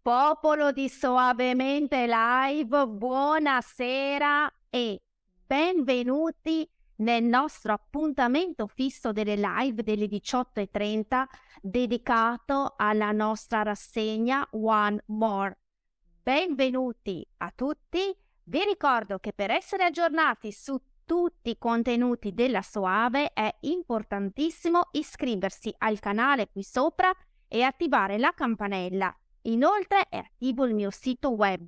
Popolo di Soavemente Live, buonasera e benvenuti nel nostro appuntamento fisso delle live delle 18:30 dedicato alla nostra rassegna One More. Benvenuti a tutti. Vi ricordo che per essere aggiornati su tutti i contenuti della Soave è importantissimo iscriversi al canale qui sopra e attivare la campanella. Inoltre è attivo il mio sito web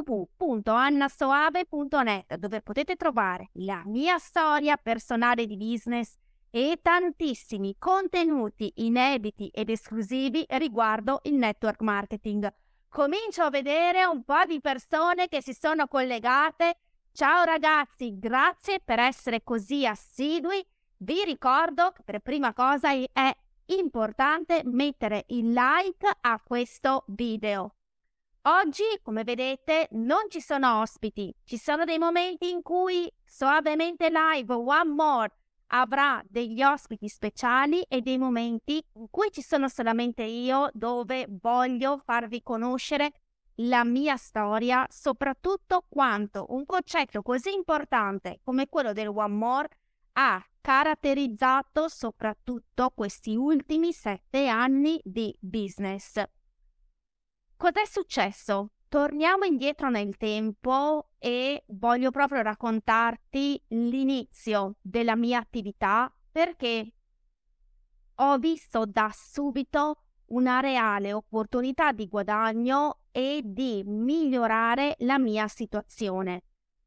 www.annasoave.net, dove potete trovare la mia storia personale di business e tantissimi contenuti inediti ed esclusivi riguardo il network marketing. Comincio a vedere un po' di persone che si sono collegate. Ciao ragazzi, grazie per essere così assidui. Vi ricordo che per prima cosa è importante mettere il like a questo video. Oggi, come vedete, non ci sono ospiti. Ci sono dei momenti in cui Soavemente Live One More avrà degli ospiti speciali e dei momenti in cui ci sono solamente io, dove voglio farvi conoscere la mia storia, soprattutto quanto un concetto così importante come quello del One More ha caratterizzato soprattutto questi ultimi 7 anni di business. Cos'è successo? Torniamo indietro nel tempo e voglio proprio raccontarti l'inizio della mia attività, perché ho visto da subito una reale opportunità di guadagno e di migliorare la mia situazione.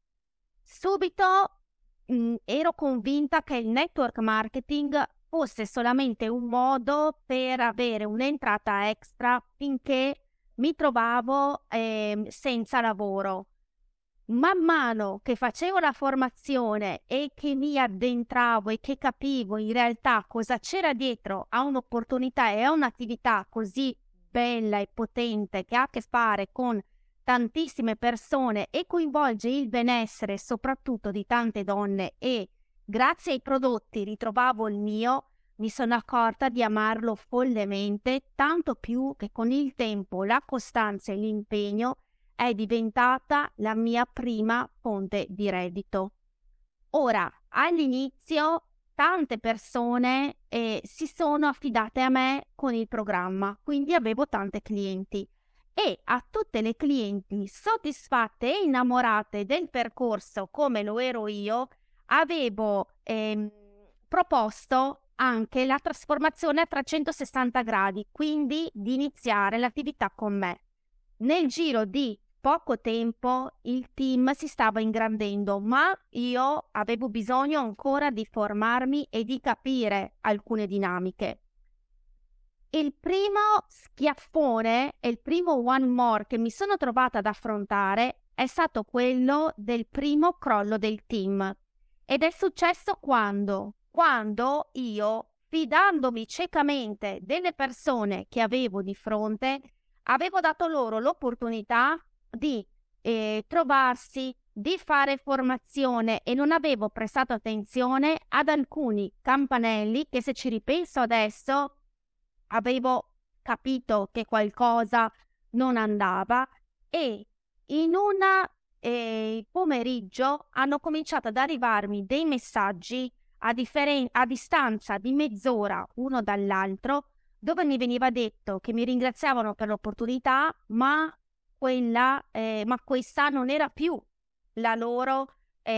Subito ero convinta che il network marketing fosse solamente un modo per avere un'entrata extra finché mi trovavo senza lavoro. Man mano che facevo la formazione e che mi addentravo e che capivo in realtà cosa c'era dietro a un'opportunità e a un'attività così bella e potente che ha a che fare con tantissime persone e coinvolge il benessere soprattutto di tante donne, e grazie ai prodotti ritrovavo il mio, mi sono accorta di amarlo follemente, tanto più che con il tempo la costanza e l'impegno è diventata la mia prima fonte di reddito. Ora, all'inizio tante persone si sono affidate a me con il programma, quindi avevo tante clienti. E a tutte le clienti soddisfatte e innamorate del percorso come lo ero io, avevo proposto anche la trasformazione a 360 gradi, quindi di iniziare l'attività con me. Nel giro di poco tempo il team si stava ingrandendo, ma io avevo bisogno ancora di formarmi e di capire alcune dinamiche. Il primo schiaffone e il one more che mi sono trovata ad affrontare è stato quello del primo crollo del team. Ed è successo quando io, fidandomi ciecamente delle persone che avevo di fronte, avevo dato loro l'opportunità di trovarsi, di fare formazione, e non avevo prestato attenzione ad alcuni campanelli che, se ci ripenso adesso, avevo capito che qualcosa non andava, e in una pomeriggio hanno cominciato ad arrivarmi dei messaggi a distanza di mezz'ora uno dall'altro, dove mi veniva detto che mi ringraziavano per l'opportunità, ma questa non era più la loro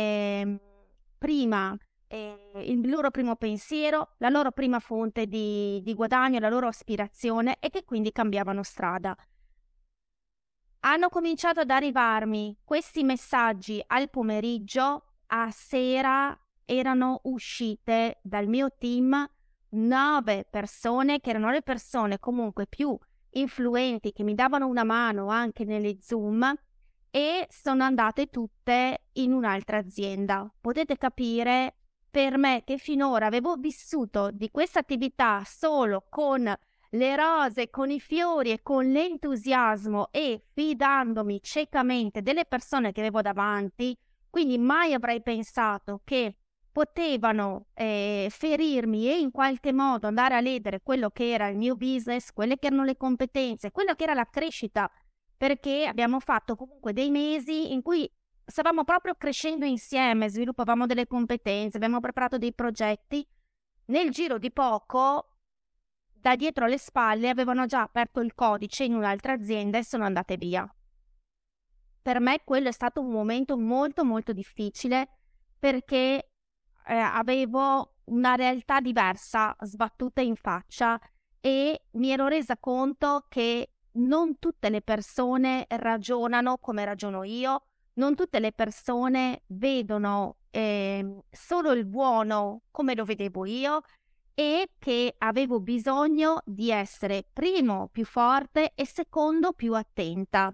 il loro primo pensiero, la loro prima fonte di guadagno, la loro aspirazione, e che quindi cambiavano strada. Hanno cominciato ad arrivarmi questi messaggi al pomeriggio. A sera erano uscite dal mio team 9 persone, che erano le persone comunque più influenti, che mi davano una mano anche nelle Zoom, e sono andate tutte in un'altra azienda. Potete capire, per me, che finora avevo vissuto di questa attività solo con le rose, con i fiori e con l'entusiasmo, e fidandomi ciecamente delle persone che avevo davanti, quindi mai avrei pensato che potevano ferirmi e in qualche modo andare a ledere quello che era il mio business, quelle che erano le competenze, quello che era la crescita perché abbiamo fatto comunque dei mesi in cui stavamo proprio crescendo insieme, sviluppavamo delle competenze, abbiamo preparato dei progetti. Nel giro di poco, da dietro le spalle, avevano già aperto il codice in un'altra azienda e sono andate via. Per me quello è stato un momento molto molto difficile, perché avevo una realtà diversa sbattuta in faccia e mi ero resa conto che non tutte le persone ragionano come ragiono io, non tutte le persone vedono solo il buono come lo vedevo io, e che avevo bisogno di essere primo più forte e secondo più attenta.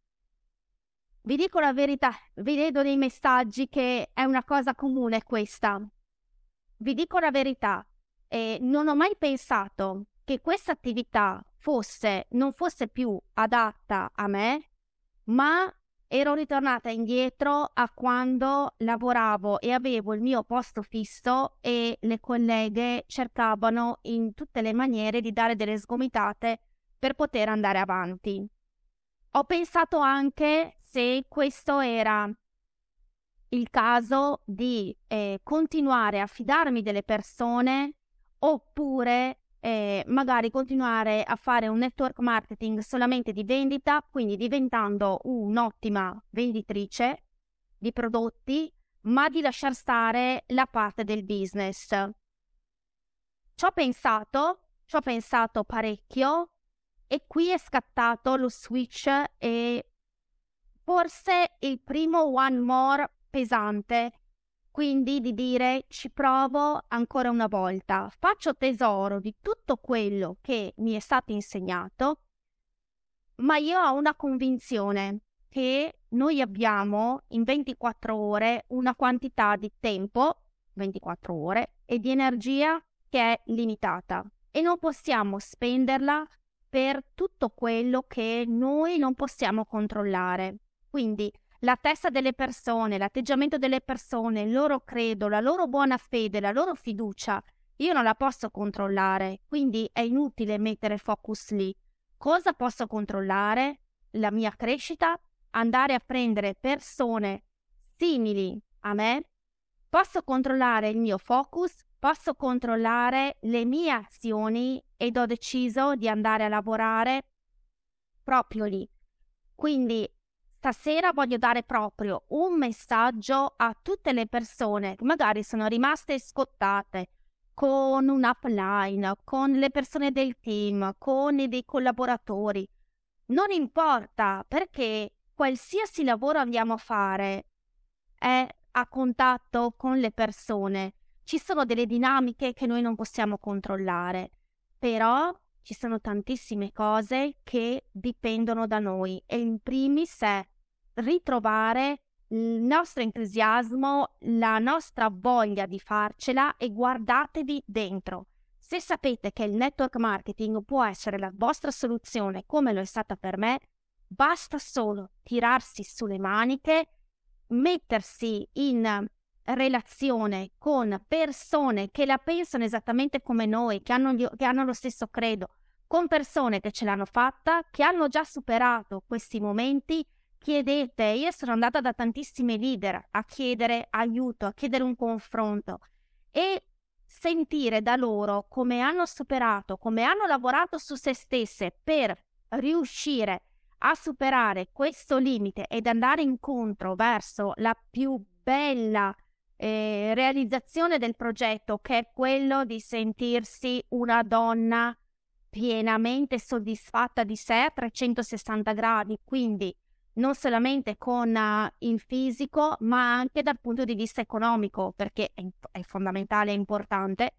Vi dico la verità, vi vedo nei messaggi che è una cosa comune questa. Vi dico la verità, non ho mai pensato che questa attività non fosse più adatta a me, ma ero ritornata indietro a quando lavoravo e avevo il mio posto fisso e le colleghe cercavano in tutte le maniere di dare delle sgomitate per poter andare avanti. Ho pensato anche se questo era il caso di continuare a fidarmi delle persone, oppure magari continuare a fare un network marketing solamente di vendita, quindi diventando un'ottima venditrice di prodotti, ma di lasciar stare la parte del business. Ci ho pensato parecchio, e qui è scattato lo switch e forse il primo one more pesante, quindi di dire ci provo ancora una volta, faccio tesoro di tutto quello che mi è stato insegnato, ma io ho una convinzione che noi abbiamo in 24 ore una quantità di tempo, 24 ore, e di energia che è limitata e non possiamo spenderla per tutto quello che noi non possiamo controllare. Quindi la testa delle persone, l'atteggiamento delle persone, il loro credo, la loro buona fede, la loro fiducia, io non la posso controllare, quindi è inutile mettere focus lì. Cosa posso controllare? La mia crescita, andare a prendere persone simili a me, posso controllare il mio focus, posso controllare le mie azioni ed ho deciso di andare a lavorare proprio lì. Quindi stasera voglio dare proprio un messaggio a tutte le persone che magari sono rimaste scottate con un upline, con le persone del team, con dei collaboratori. Non importa, perché qualsiasi lavoro andiamo a fare è a contatto con le persone. Ci sono delle dinamiche che noi non possiamo controllare, però ci sono tantissime cose che dipendono da noi, e in primis è ritrovare il nostro entusiasmo, la nostra voglia di farcela, e guardatevi dentro. Se sapete che il network marketing può essere la vostra soluzione, come lo è stata per me, basta solo tirarsi sulle maniche, mettersi in relazione con persone che la pensano esattamente come noi, che hanno lo stesso credo, con persone che ce l'hanno fatta, che hanno già superato questi momenti. Chiedete, io sono andata da tantissimi leader a chiedere aiuto, a chiedere un confronto, e sentire da loro come hanno superato, come hanno lavorato su se stesse per riuscire a superare questo limite ed andare incontro verso la più bella realizzazione del progetto, che è quello di sentirsi una donna pienamente soddisfatta di sé a 360 gradi, quindi non solamente con il fisico, ma anche dal punto di vista economico, perché è fondamentale e importante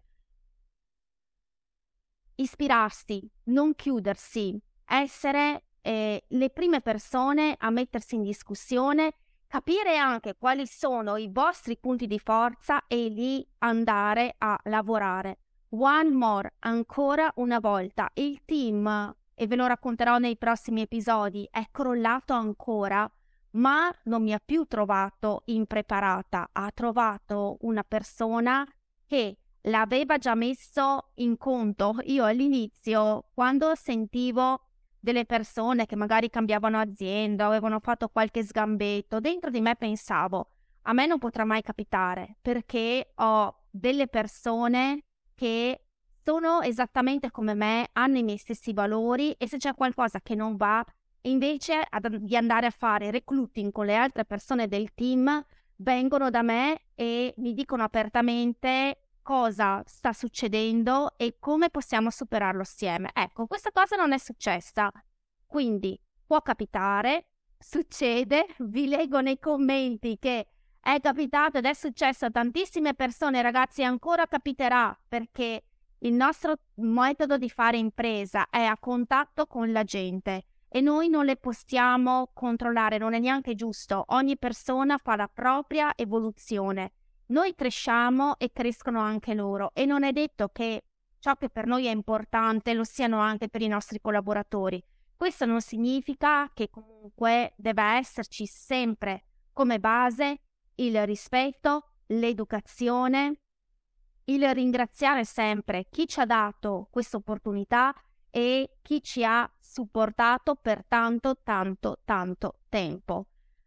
ispirarsi, non chiudersi, essere le prime persone a mettersi in discussione, capire anche quali sono i vostri punti di forza e lì andare a lavorare. One more, ancora una volta, il team, e ve lo racconterò nei prossimi episodi, è crollato ancora, ma non mi ha più trovato impreparata, ha trovato una persona che l'aveva già messo in conto. Io all'inizio, quando sentivo delle persone che magari cambiavano azienda, avevano fatto qualche sgambetto, dentro di me pensavo, a me non potrà mai capitare, perché ho delle persone che sono esattamente come me, hanno i miei stessi valori, e se c'è qualcosa che non va, invece di andare a fare recruiting con le altre persone del team, vengono da me e mi dicono apertamente cosa sta succedendo e come possiamo superarlo assieme. Ecco, questa cosa non è successa, quindi può capitare, succede, vi leggo nei commenti che è capitato ed è successo a tantissime persone, ragazzi, e ancora capiterà, perché il nostro metodo di fare impresa è a contatto con la gente e noi non le possiamo controllare, non è neanche giusto. Ogni persona fa la propria evoluzione. Noi cresciamo e crescono anche loro, e non è detto che ciò che per noi è importante lo siano anche per i nostri collaboratori. Questo non significa che comunque deve esserci sempre come base il rispetto, l'educazione, il ringraziare sempre chi ci ha dato questa opportunità e chi ci ha supportato per tanto tempo.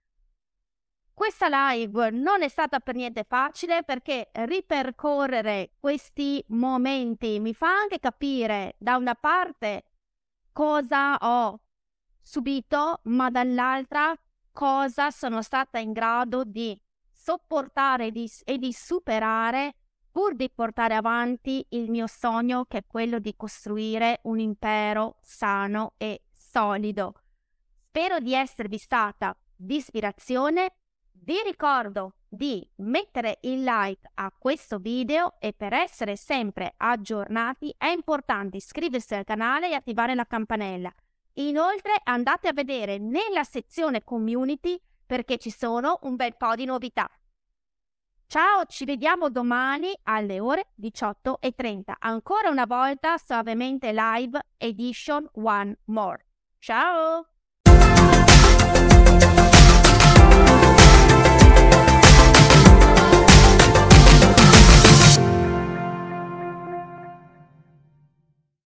Questa live non è stata per niente facile, perché ripercorrere questi momenti mi fa anche capire da una parte cosa ho subito, ma dall'altra cosa sono stata in grado di sopportare e di superare pur di portare avanti il mio sogno, che è quello di costruire un impero sano e solido. Spero di esservi stata di ispirazione. Vi ricordo di mettere il like a questo video, e per essere sempre aggiornati è importante iscriversi al canale e attivare la campanella. Inoltre andate a vedere nella sezione community, perché ci sono un bel po' di novità. Ciao, ci vediamo domani alle ore 18:30. Ancora una volta Suavemente Live Edition One More. Ciao!